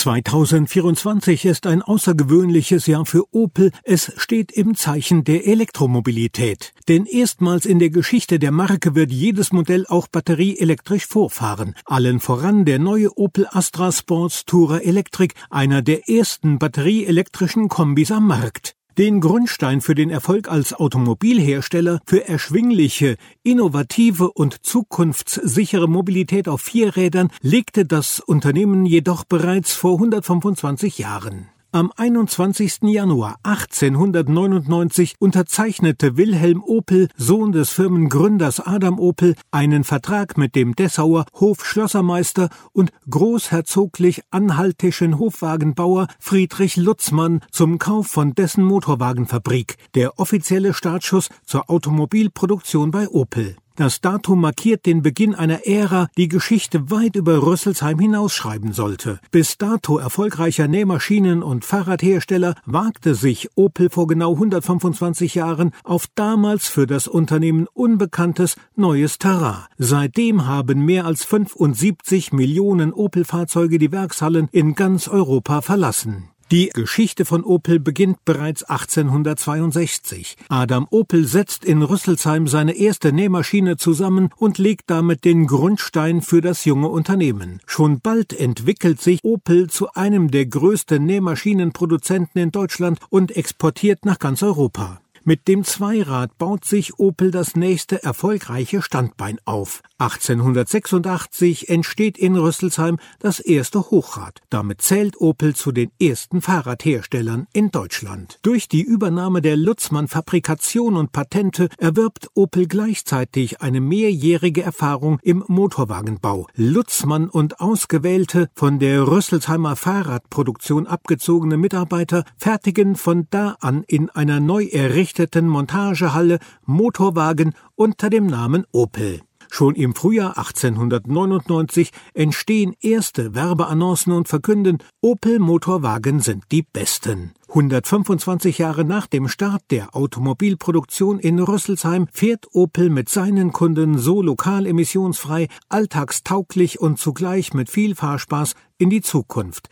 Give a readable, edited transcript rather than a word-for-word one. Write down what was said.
2024 ist ein außergewöhnliches Jahr für Opel. Es steht im Zeichen der Elektromobilität. Denn erstmals in der Geschichte der Marke wird jedes Modell auch batterieelektrisch vorfahren. Allen voran der neue Opel Astra Sports Tourer Electric, einer der ersten batterieelektrischen Kombis am Markt. Den Grundstein für den Erfolg als Automobilhersteller, für erschwingliche, innovative und zukunftssichere Mobilität auf 4 Rädern legte das Unternehmen jedoch bereits vor 125 Jahren. Am 21. Januar 1899 unterzeichnete Wilhelm Opel, Sohn des Firmengründers Adam Opel, einen Vertrag mit dem Dessauer Hofschlossermeister und großherzoglich-anhaltischen Hofwagenbauer Friedrich Lutzmann zum Kauf von dessen Motorwagenfabrik, der offizielle Startschuss zur Automobilproduktion bei Opel. Das Datum markiert den Beginn einer Ära, die Geschichte weit über Rüsselsheim hinausschreiben sollte. Bis dato erfolgreicher Nähmaschinen- und Fahrradhersteller wagte sich Opel vor genau 125 Jahren auf damals für das Unternehmen unbekanntes neues Terrain. Seitdem haben mehr als 75 Millionen Opel-Fahrzeuge die Werkshallen in ganz Europa verlassen. Die Geschichte von Opel beginnt bereits 1862. Adam Opel setzt in Rüsselsheim seine erste Nähmaschine zusammen und legt damit den Grundstein für das junge Unternehmen. Schon bald entwickelt sich Opel zu einem der größten Nähmaschinenproduzenten in Deutschland und exportiert nach ganz Europa. Mit dem Zweirad baut sich Opel das nächste erfolgreiche Standbein auf. 1886 entsteht in Rüsselsheim das erste Hochrad. Damit zählt Opel zu den ersten Fahrradherstellern in Deutschland. Durch die Übernahme der Lutzmann-Fabrikation und Patente erwirbt Opel gleichzeitig eine mehrjährige Erfahrung im Motorwagenbau. Lutzmann und ausgewählte, von der Rüsselsheimer Fahrradproduktion abgezogene Mitarbeiter fertigen von da an in einer neu errichteten Montagehalle Motorwagen unter dem Namen Opel. Schon im Frühjahr 1899 entstehen erste Werbeannoncen und verkünden, Opel-Motorwagen sind die besten. 125 Jahre nach dem Start der Automobilproduktion in Rüsselsheim fährt Opel mit seinen Kunden so lokal emissionsfrei, alltagstauglich und zugleich mit viel Fahrspaß in die Zukunft.